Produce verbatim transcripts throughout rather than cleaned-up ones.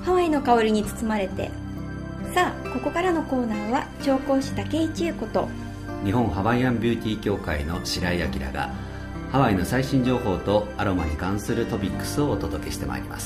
ハワイの香りに包まれて。さあ、ここからのコーナーは調香師竹井千恵子と日本ハワイアンビューティー協会の白井明がハワイの最新情報とアロマに関するトピックスをお届けしてまいります。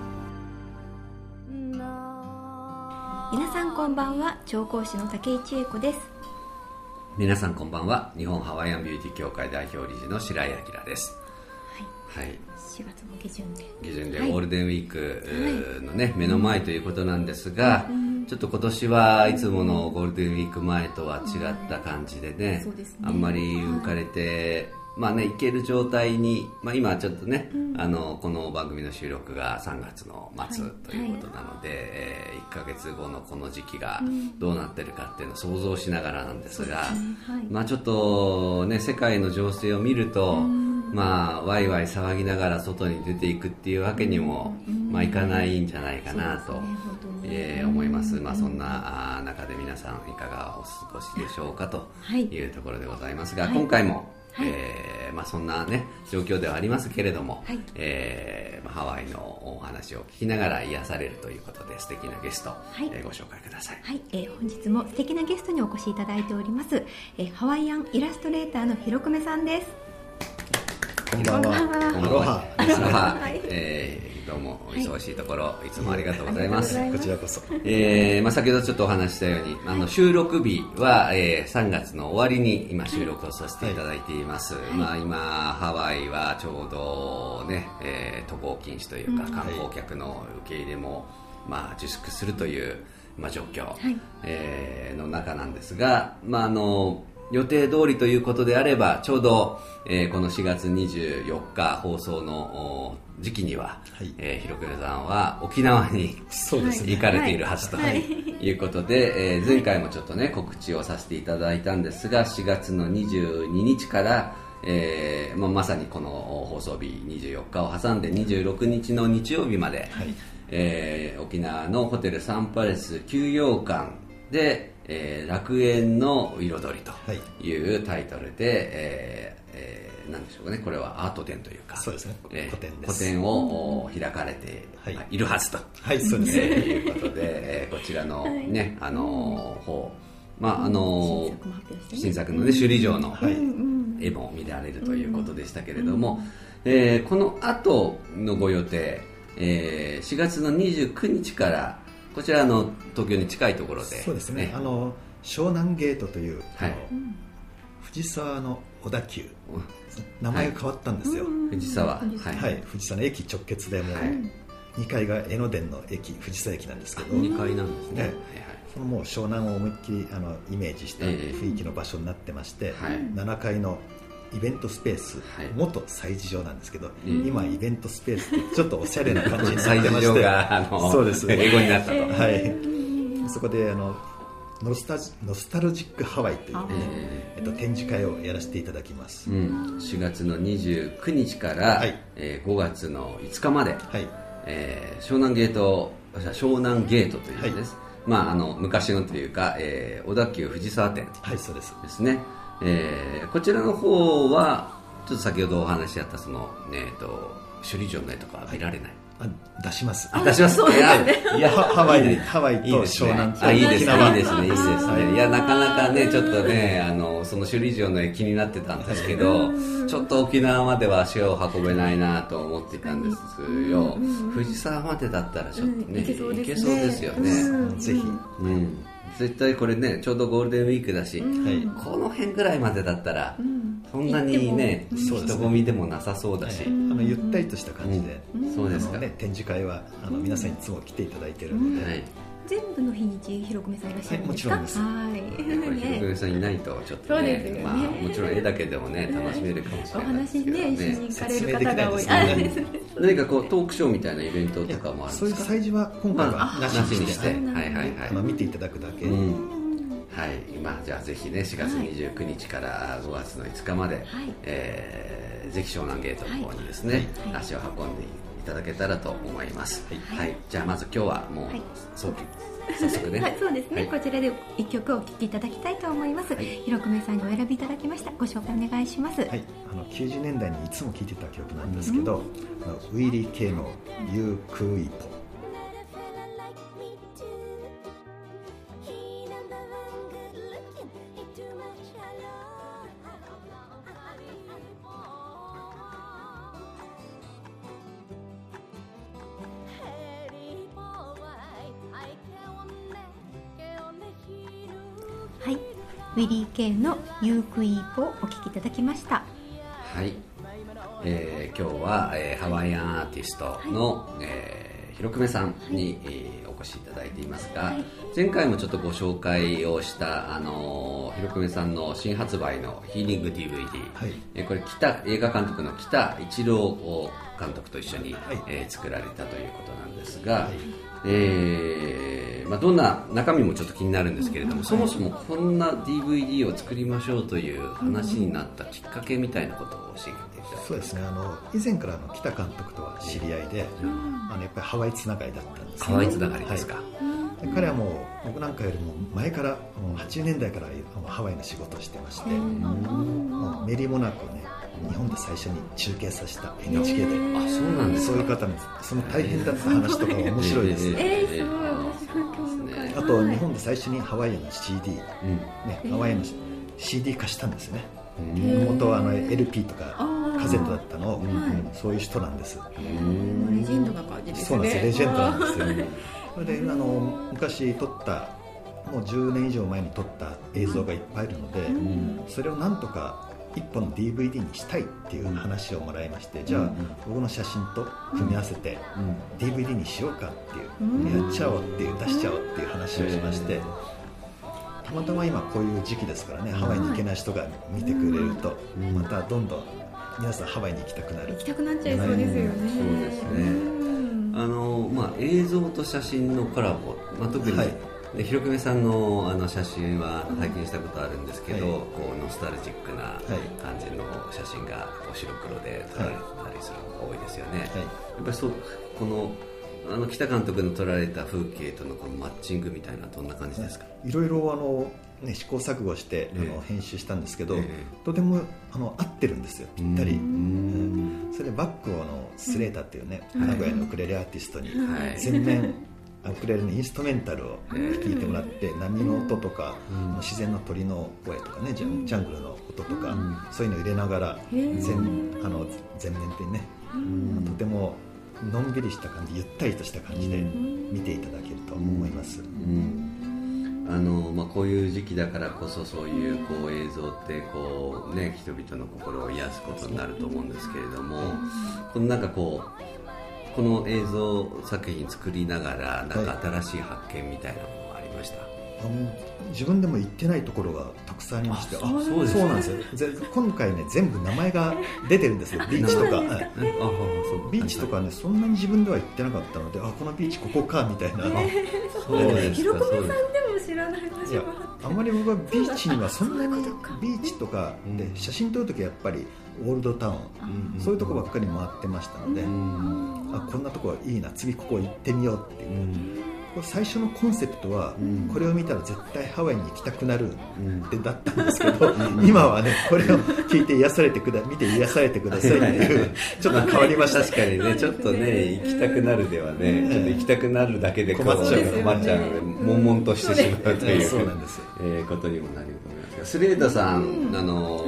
皆さんこんばんは、調香師の竹井千恵子です。 皆さんこんばんは、日本ハワイアンビューティー協会代表理事の白井明です。 はい、 はい、 しがつの下旬で下旬でゴールデンウィークのね、はい、目の前ということなんですが、うん、ちょっと今年はいつものゴールデンウィーク前とは違った感じでね、うん、そうですね、あんまり浮かれて、まあね、行ける状態に、まあ、今ちょっとね、うん、あのこの番組の収録がさんがつの末ということなので、はいはい、えー、いっかげつごのこの時期がどうなってるかっていうのを想像しながらなんですが、うんね、はい、まあちょっとね、世界の情勢を見ると、うん、まあワイワイ騒ぎながら外に出ていくっていうわけにも、うん、まあいかないんじゃないかなと、ね、えー、思います。まあそんな中で皆さんいかがお過ごしでしょうかというところでございますが、はい、今回もはい、えーまあ、そんな、ね、状況ではありますけれども、はい、えー、ハワイのお話を聞きながら癒されるということで素敵なゲスト、はい、えー、ご紹介ください。 はい、えー、本日も素敵なゲストにお越しいただいております、えー、ハワイアンイラストレーターのひろくめさんです。 こんばんは。 アロハ。アロハ。えーどうもお忙しいところ、はい、いつもありがとうございます。 こちらこそ。 えーまあ、先ほどちょっとお話ししたように、あの収録日は、えー、さんがつの終わりに今収録をさせていただいています。はい、まあ、今ハワイはちょうどね、えー、渡航禁止というか、うん、観光客の受け入れも、まあ、自粛するという、まあ、状況、はい、えー、の中なんですが、まあ、あの予定通りということであればちょうど、えー、このしがつにじゅうよっか放送の時期には、はい、えー、ひろくめさんは沖縄にそうです、ね、行かれているはずということで、はい、えー、前回もちょっとね告知をさせていただいたんですが、しがつのにじゅうににちから、えーまあ、まさにこの放送日にじゅうよっかを挟んでにじゅうろくにちの日曜日まで、はい、えー、沖縄のホテルサンパレス休養館で、えー、楽園の彩りというタイトルで、はい、えーえー、なんでしょうかね、これはアート展というか、 そうですね、 えー、 個展です。 個展を開かれているはずと、 はい、そうですね、 えー、いうことで、えー、こちらのね、あのー、方、まああのー、新作のね首里城の絵も見られるということでしたけれども、えー、この後のご予定、えー、しがつのにじゅうくにちからこちらの東京に近いところで、 そうですね、あの湘南ゲートという、はい、藤沢の小田急、名前が変わったんですよ、はい、 藤沢、 はいはい、藤沢の駅直結でもう、はい、にかいが江ノ電の駅、藤沢駅なんですけど、 にかいなんですね、はいはい、 そのもう湘南を思いっきりあのイメージした雰囲気の場所になってまして、はい、ななかいのイベントスペース、はい、元催事場なんですけど、うん、今イベントスペースってちょっとおしゃれな感じになってましてあのそうです、英語になったと、 はい、そこであのノスタジノスタルジックハワイという、ね、えっと、展示会をやらせていただきます、 うん、しがつのにじゅうくにちから、はい、えー、ごがつのいつかまで、はい、えー、湘南ゲート湘南ゲートというです、はい、まあ、あの昔のというか、えー、小田急藤沢店ですね、はい、えー、こちらの方はちょっと先ほどお話しあったその、ね、えっと首里城の絵とか見られない、 はい、あ、出します。 あ、出します。 そうですね。 いや、 ハワイで、ハワイと湘南と、 あ、いいですね、いいですね、いいですね。いや、なかなかね、ちょっとね、あの、その首里城の絵気になってたんですけど、ちょっと沖縄までは足を運べないなと思っていたんですよ。藤沢までだったらちょっとね、いけそうですよね。 ぜひ。 うん。絶対これね、ちょうどゴールデンウィークだし、この辺ぐらいまでだったら、そんなにね、人混みでもなさそうだし、 あのゆったりとした感じで、 そうですかね、展示会はあの皆さんいつも来ていただいているので、 全部の日にちひろくめさんいらっしゃるんですか？ はい、もちろんです。 はい、 これひろくめさんいないとちょっとね、ね、まあ、もちろん絵だけでもね楽しめるかもしれないですけどね。 お話ねしに行かれる方が多い。 何かこうトークショーみたいなイベントとかもあるんですか？ そういう催事は今回はなしにして、 はいはいはい、 あの見ていただくだけ。 はい、今じゃあぜひねしがつにじゅうくにちからごがつのいつかまで、はい、えー、ぜひ湘南ゲートの方にですね、はい、足を運んでいただけたらと思います、はいはい、じゃあまず今日はもう、はい、早速ね、 はい、そうですね、はい、こちらでいっきょくお聴きいただきたいと思います、はい、ひろくめさんにお選びいただきました。ご紹介お願いします。 はい、あのきゅうじゅうねんだいにいつも聴いてた曲なんですけど、うん、ウィリー・ケイのユー・クーイポ、 はい、ウィリー・ケーンのユークイープをお聴きいただきました。 はい、えー、今日は、えー、ハワイアンアーティストの、はい、えー、ひろくめさんに、えー、お越しいただいていますが、はい、前回もちょっとご紹介をした、あのー、ひろくめさんの新発売のヒーリング ディーブイディー、はい、えー、これ北映画監督の北一郎監督と一緒に、はい、えー、作られたということなんですが、はい、えーまあ、どんな中身もちょっと気になるんですけれども、はい、そもそもこんな ディーブイディー を作りましょうという話になったきっかけみたいなことを教えていただけますか。 そうですね、あの以前からの北監督とは知り合いで、うん、あのやっぱりハワイつながりだったんです、ね、 ハワイつながりですか。はい、 で彼はもう僕なんかよりも前からもうはちじゅうねんだいからハワイの仕事をしてまして、もうメリーモナコをね日本で最初に中継させた エヌエイチケー で、 あ、そうなんですか。 そういう方なんです。その大変だった話とかは面白いです。 えー、えー、すごい面白い。 あと日本で最初にハワイアンの シーディー、うんね、ハワイアンの シーディー 化したんですよね。元はあの エルピー とかカセットだったのを、うん、そういう人なんです。 レジェンドな感じですね。 そうなんです、レジェンドなんですよね。それであの昔撮ったもうじゅうねん以上前に撮った映像がいっぱいあるので、うん、それをなんとか一本の ディーブイディー にしたいっていう話をもらいまして、じゃあ僕の写真と組み合わせて ディーブイディー にしようかっていう、やっちゃおうっていう出しちゃおうっていう話をしまして、たまたま今こういう時期ですからね、ハワイに行けない人が見てくれるとまたどんどん皆さんハワイに行きたくなる、 行きたくなっちゃいそうですよね。 そうですね。あの、まあ、映像と写真のコラボ、まあ、特に、はい、でひろくめさん の, あの写真は拝見したことあるんですけど、はい、こうノスタルジックな感じの写真がこう白黒で撮られたりするのが多いですよね。はい、やっぱりそうこのあの北監督の撮られた風景とのこのマッチングみたいなどんな感じですか。 いろいろあの、ね、試行錯誤して、えー、あの編集したんですけど、えー、とてもあの合ってるんですよ、ぴったり。うん、それでバックをあのスレーターっていうね、名古屋のウクレレアーティストに全面ウクレレのインストメンタルを聴いてもらって、波の音とか、うん、自然の鳥の声とかね、ジャン、ジャングルの音とか、うん、そういうのを入れながら全、あの全面でね、うん、とてものんびりした感じ、ゆったりとした感じで見ていただけると思います。うんうん、あのまあ、こういう時期だからこそそういう、こう映像ってこう、ね、人々の心を癒すことになると思うんですけれども、このなんかこうこの映像作品作りながらなんか新しい発見みたいなものがありました。はい、 あの自分でも行ってないところがたくさんありまして、あ、 そうですね、 そうなんですよ。今回ね全部名前が出てるんですよ。ビーチとか、はい、あビーチとかねそんなに自分では行ってなかったので、あこのビーチここかみたいな。 そうですか。ひろこめさんでも知らない場所があって、 あんまり僕はビーチにはそんなにビーチとかで写真撮るときはやっぱりオールドタウン、うん、そういうとこばっかり回ってましたので、うん、あこんなとこいいな、次ここ行ってみようっていう、うん、最初のコンセプトは、うん、これを見たら絶対ハワイに行きたくなるってだったんですけど、うん、今はねこれを聞いて癒されてくだ見て癒されてくださいっていうちょっと変わりました。 確かにね、ちょっとね行きたくなるではね、うん、ちょっと行きたくなるだけで困っちゃう困っちゃうので悶々としてしまうという、 そうなんです、 えー、ことにもなると思いますが、スレーダさん、うん、あの、はい、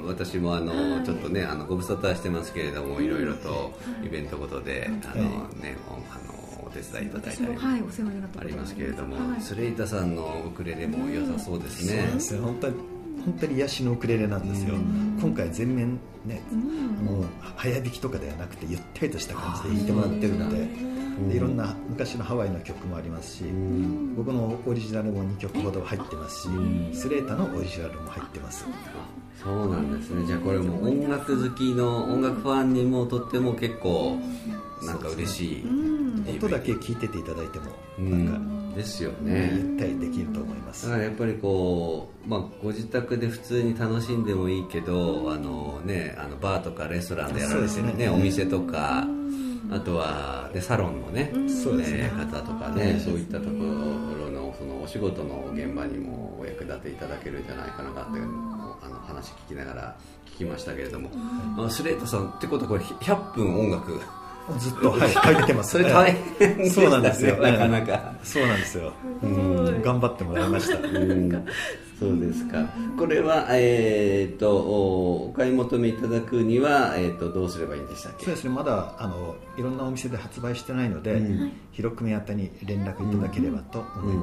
私もあの、はい、ちょっとねあのご無沙汰してますけれども、いろいろとイベントごとで、はい、あのねあのお手伝いいただいたりもありますけれども、はい、スレイタさんのウクレレも良さそうですね。 そうなんですよ、本当に本当に癒しのウクレレなんですよ。今回全面ね、もう早弾きとかではなくてゆったりとした感じで弾いてもらってるので、でいろんな昔のハワイの曲もありますし、僕のオリジナルもにきょくほど入ってますし、スレータのオリジナルも入ってます。 そうなんですね。じゃあこれも音楽好きの音楽ファンにもとっても結構なんか嬉しい、 音だけ聴いてていただいてもなんか、うんですよね、 ゆったりできると思います。 だからやっぱりこう、まあ、ご自宅で普通に楽しんでもいいけど、あの、ね、あのバーとかレストランでやられてる、ね、ね、お店とか、あとは、ね、サロンの、ねそうですね、 方とかね、そういったところの、そのお仕事の現場にもお役立ていただけるんじゃないかなっていうあの話聞きながら聞きましたけれども、あのスレートさんってことはこれひゃっぷん音楽ずっと、はい、書いててます。 それ大変でしたね。 そうなんですよ。 なかなか。 そうなんですよ。うん、頑張ってもらいました。うん、 そうですか。これは、えー、とお買い求めいただくには、えー、とどうすればいいんでしたっけ。 そうですね。まだあのいろんなお店で発売してないので、うん、広くめ宛に連絡いただければと思います。 うんうん、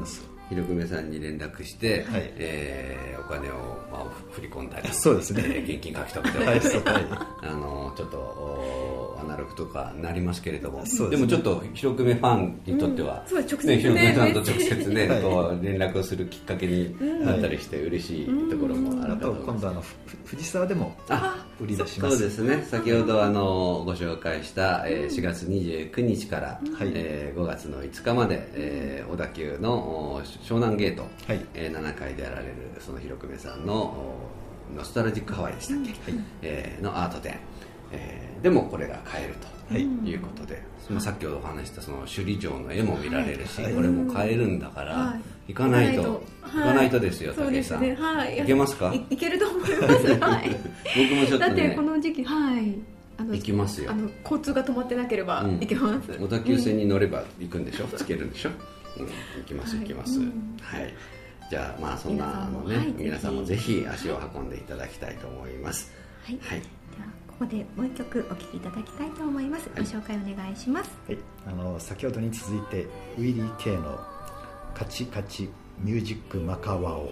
ひろくめさんに連絡して、はい、えー、お金を、まあ、振り込んだり、 そうですね、 えー、現金書き留めたり、はい、あのちょっとアナログとかなりますけれども、 で, でもちょっとひろくめファンにとっては、 うん、そう直接ね、ひろくめさんと直接ね、はい、こう連絡をするきっかけになったりして嬉しいところもあるかと思います。 今度あの藤沢でも売り出します。 そうですね、先ほどあのご紹介した、えー、しがつにじゅうくにちから、 はい、 えー、ごがつのいつかまで、えー、小田急の湘南ゲート、はい、えー、ななかいでやられるそのひろくめさんのノスタルジックハワイでしたっけ、はい、えー、のアート展、えー、でもこれが買えるということで、はい、さっきほどお話したその首里城の絵も見られるし、はい、これも買えるんだから、はい、行かないと、行かないとですよ、武井さん、ね、はい、行けますか？ いけると思います、はい、 僕もちょっとね、 だってこの時期、はい、 あの行きますよ。 あの交通が止まってなければ行けます、 うん、小田急線に乗れば行くんでしょ、うん、つけるんでしょ、うん、行きます行きます、はい、はい、じゃあまあそんなあのね、はい、皆さんもぜひ足を運んでいただきたいと思います。 はい、はい、ではここでもう一曲お聴きいただきたいと思います、はい、ご紹介お願いします。 はい、あの先ほどに続いてウィリー・ケイのカチカチミュージックマカワオ。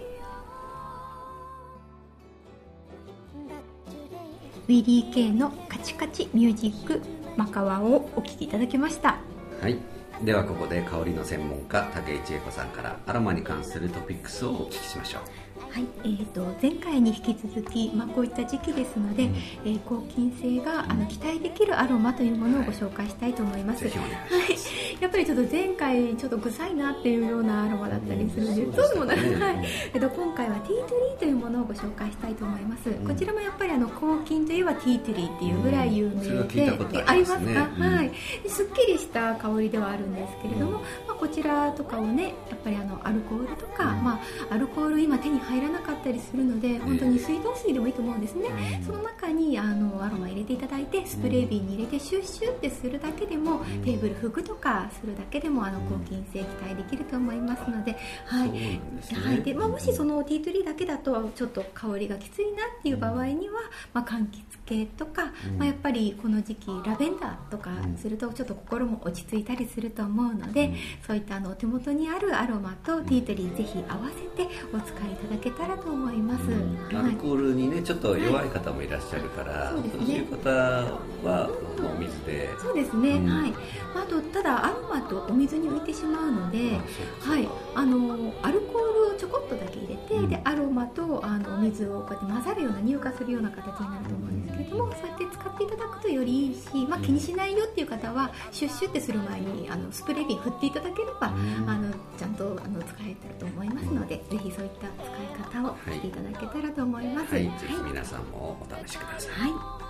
ウィリー・ケイのカチカチミュージックマカワオをお聴きいただきました。 はい、ではここで香りの専門家竹井千恵子さんからアロマに関するトピックスをお聞きしましょう。 はい、えー、と前回に引き続き、まあ、こういった時期ですので、うん、えー、抗菌性があの期待できるアロマというものをご紹介したいと思います。はい、 ぜひお願いします。 はい、やっぱりちょっと前回ちょっと臭いなっていうようなアロマだったりするんで、うん、そうでもない、はい、えー、と今回はティートリーというものをご紹介したいと思います。うん、こちらもやっぱりあの抗菌といえばティートリーっていうぐらい有名で、うん、 それは聞いたことありますね。 ありますか？うん、はい、すっきりした香りではあるんですけれども、うん、まあ、こちらとかをね、やっぱりあのアルコールとか、うん、まあ、アルコール今手に入らなかったりするので、本当に水道水でもいいと思うんですね。うん、その中にあのアロマ入れていただいて、スプレー瓶に入れてシュッシュってするだけでも、うん、テーブル拭くとかするだけでもあの抗菌性期待できると思いますので、はい、はい、で、まあ、もしそのティートリーだけだとちょっと香りがきついなっていう場合には、まあ、柑橘系とか、うん、まあ、やっぱりこの時期ラベンダーとかするとちょっと心も落ち着いたりすると思うので、うん、そういったあのお手元にあるアロマとティートリーぜひ合わせてお使いいただけたらと思います。うん、 アルコールにねちょっと弱い方もいらっしゃるから、はい、そうですね、そういう方はお水で、 そうですね、うん、はい、あとただアロマとお水に浮いてしまうので、はい、あのアルコールをちょこっとだけ入れて、うん、でアロマとあのお水をこうやって混ざるような乳化するような形になると思うんですけれども、うん、そうやって使っていただくとよりいいし、まあ、気にしないよっていう方はシュッシュってする前にあのスプレー瓶振っていただければ、うん、あのちゃんとあの使えてると思いますので、うん、ぜひそういった使い方をしていただけたらと思います。 はい、はい、ぜひ皆さんもお試しください。はい、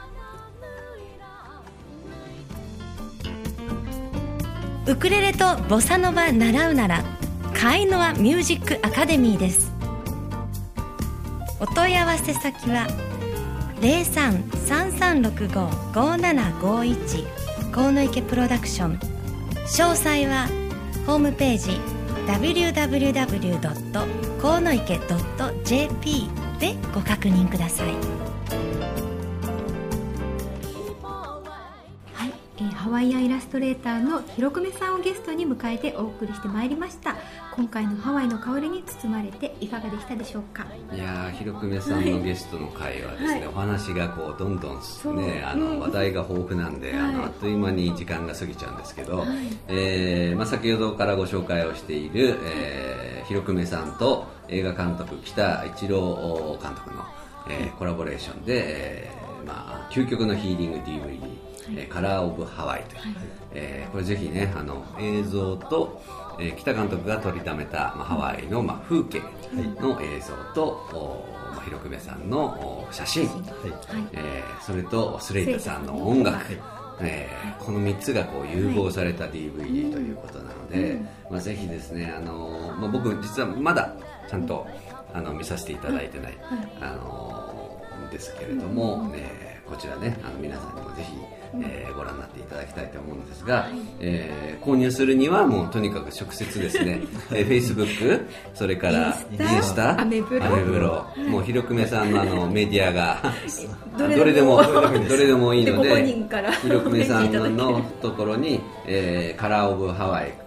ウクレレとボサノバ習うならカイノアミュージックアカデミーです。お問い合わせ先は ゼロさん さんさんろくご ごななごいち 河池プロダクション。詳細はホームページ ダブリューダブリューダブリュードットコウノイケドットジェーピー でご確認ください。 ハワイアンイラストレーターのひろくめさんをゲストに迎えてお送りしてまいりました。今回のハワイの香りに包まれていかがでしたでしょうか？ いやひろくめさんのゲストの回はですね、はい、お話がこうどんどん、ね、あの話題が豊富なんで、はい、あのあっという間に時間が過ぎちゃうんですけど、はい、えーまあ、先ほどからご紹介をしている、えー、ひろくめさんと映画監督北一郎監督の、えー、コラボレーションで、えーまあ、究極のヒーリング ディーブイディーカラーオブハワイという、はい、えー、これぜひねあの映像と、えー、北監督が撮りためた、まあ、ハワイの、まあ、風景の映像と、まあ、ひろくめさんの写真、はい、えー、それとスレイタさんの音楽、はい、えー、このみっつがこう融合された ディーブイディー ということなので、はい、まあ、ぜひですね、あのまあ、僕実はまだちゃんとあの見させていただいてない、はい、あのですけれども、ね、こちらねあの皆さんにもぜひ、えー、ご覧になっていただきたいと思うんですが、はい、えー、購入するにはもうとにかく直接ですね、えー、Facebook それからインスタ、 アメブロ、 アメブロ、もうひろくめさんのあのメディアがどれでもどれでもいいので、ひろくめさんのところに、えー、カラーオブハワイ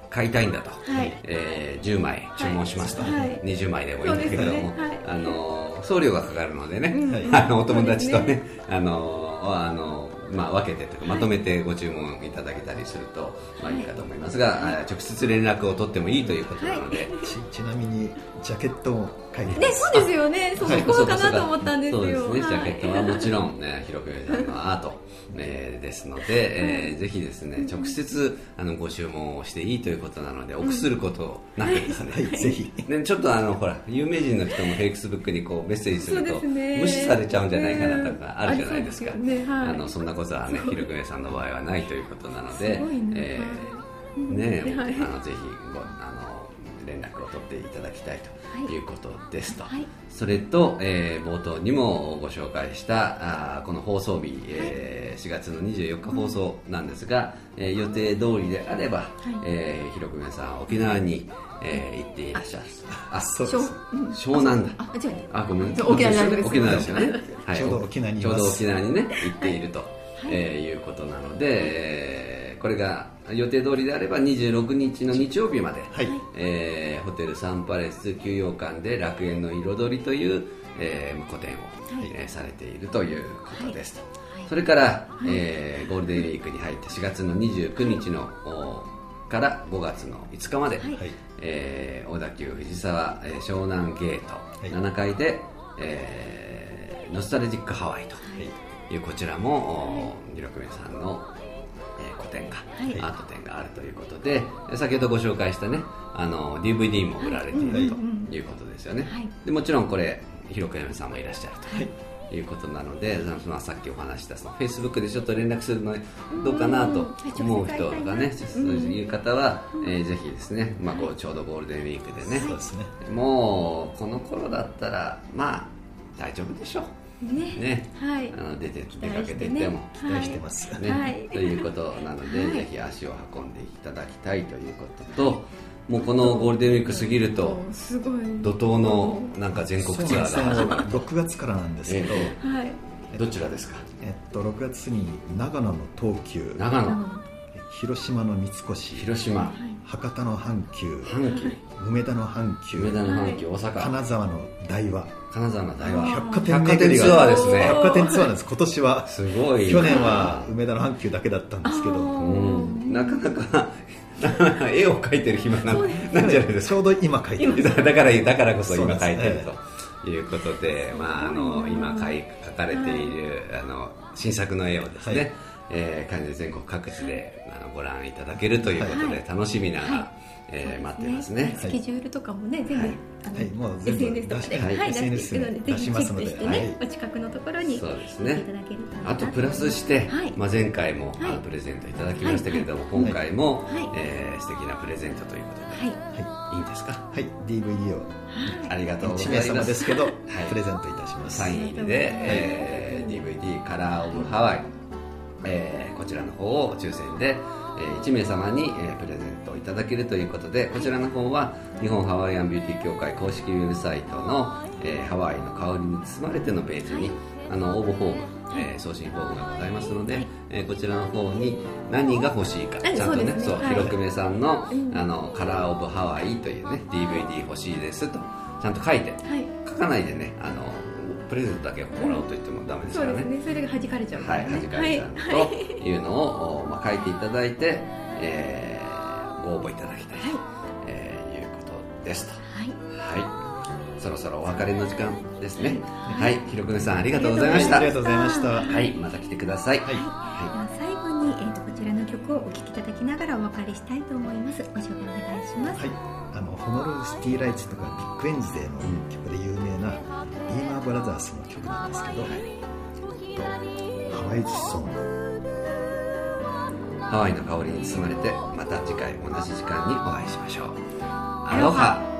買いたいんだと、 はい、 えー、じゅうまい注文しますと、はい、にじゅうまいでもいいんだけれども、ね、はい、あの送料がかかるのでね、うん、あのお友達とね、ね、あのあのまあ、分けてというかまとめてご注文いただけたりすると、まあ、いいかと思いますが、はい、直接連絡を取ってもいいということなので、はい、 ち, ちなみにジャケットも書いてます、 ね、そうですよね、そこかなと思ったんですよ。 そうですね、ジャケットはもちろん、ね、ひろくめさんのアート、えー、ですので、えー、ぜひですね直接あのご注文をしていいということなので、臆することなくですね、 はいはい、ぜひ、 ね、ちょっとあのほら有名人の人もフェイスブックにこうメッセージすると無視されちゃうんじゃないかなとかあるじゃないですか。ね、はい、あのそんなことはねひろくめさんの場合はないということなので、えー、ね、はい、あのぜひごあの連絡を取っていただきたいということですと、はい、それと、えー、冒頭にもご紹介したあこの放送日、えー、しがつのにじゅうよっか放送なんですが、うん、えー、予定通りであれば、はい、えー、ひろくめさん沖縄に、えー、行っていらっしゃる。 あ、そうです。 湘南だ。 あ、違う。 あ、ごめん。 沖縄です。 沖縄ですよね。 はい、ちょうど沖縄にいます。 ちょうど沖縄にね行っていると、はい、えー、いうことなので、えー、これが予定通りであればにじゅうろくにちの日曜日まで、はい、えー、ホテルサンパレス休養館で楽園の彩りという、えー、個展を、はい、えー、されているということですと、はい、それから、はい、えー、ゴールデンウィークに入ったしがつのにじゅうくにちのからごがつのいつかまで、はい、えー、小田急藤沢、えー、湘南ゲート、はい、ななかいで、えー、ノスタルジックハワイという、はい、こちらもひろくめさんの個展が、はい、アート展があるということで、先ほどご紹介したねあの ディーブイディー も売られているということですよね、はい、でもちろんこれひろくめさんもいらっしゃると、はい、いうことなので、そのさっきお話したその Facebook でちょっと連絡するのどうかなと思う人とかね、そういう方は、えー、ぜひですね、まあ、こうちょうどゴールデンウィークでね、そうですね、もうこの頃だったらまあ大丈夫でしょうね, ね、はい、あの出て出かけていっても期待してます、 ね、はい、ということなので、はい、ぜひ足を運んでいただきたいということと、もうこのゴールデンウィーク過ぎるとすごい怒涛のなんか全国ツアーが始まる。 ろくがつからなんですけど、えーはい、どちらですか？ えっとろくがつに長野の東急、 長野、 広島の三越、 広島、 博多の阪急、 阪急、 梅田の阪急、 梅田の阪急、大阪、 金沢の大和、 金沢の大和、 百貨店百貨店ツアーですね。 百貨店ツアーです。今年はすごい。 去年は梅田の阪急だけだったんですけど、 うん、なかなか絵を描いてる暇がないじゃないですか。 ちょうど今描いてる。 だからだからこそ今描いてるということで、まああの今描かれているあの新作の絵をですね、はい、えー、関西全国各地であのご覧いただけるということで、はい、楽しみながら、はい、えー、待ってますね。 スケジュールとかもね、全部、はい、あの、はい、もう全部エスエヌエス とかで、はいはい、出していくので、ぜひチェックしてね、はい、お近くのところに行っていただけると。 あとプラスして、はい、まあ、前回も、はい、あのプレゼントいただきましたけれども、はい、今回も、はい、えー、素敵なプレゼントということで、はい、いいんですか？ はい、ディーブイディー を、 ありがとうございます。 いちめいさまですけど、はい、プレゼントいたします。 サイン入りで、えー、ディーブイディー カラーオブハワイ、えー、こちらの方を抽選でいちめいさまに、えー、プレゼントをいただけるということで、こちらの方は日本ハワイアンビューティー協会公式ウェブサイトの、えー、ハワイの香りに包まれてのページにあの応募フォーム、えー、送信フォームがございますので、えー、こちらの方に何が欲しいかちゃんとね、そう、ひろくめさんの、あのカラーオブハワイというね ディーブイディー 欲しいですとちゃんと書いて、書かないでね、あのプレゼントだけもらおうと言ってもダメですからね。 そうですね、それが弾かれちゃう、ね、 はい、弾かれちゃうというのを、まあ、書いていただいて、えー、ご応募いただきたいと、はい、えー、いうことですと。はい、はい、そろそろお別れの時間ですね。はい、ひろくめさんありがとうございました。 ありがとうございました。 はい、また来てください。はい、 はい、最後に、えーと、こちらの曲をお聴きいただきながらお別れしたいと思います。ご紹介お願いします。 はい、あのホノルルシティライツとかビッグエンズデーの曲で有名なビーマーブラザーズの曲なんですけど、ハワイズソング、 ハワイの香りに包まれて、また次回同じ時間にお会いしましょう。アロハ。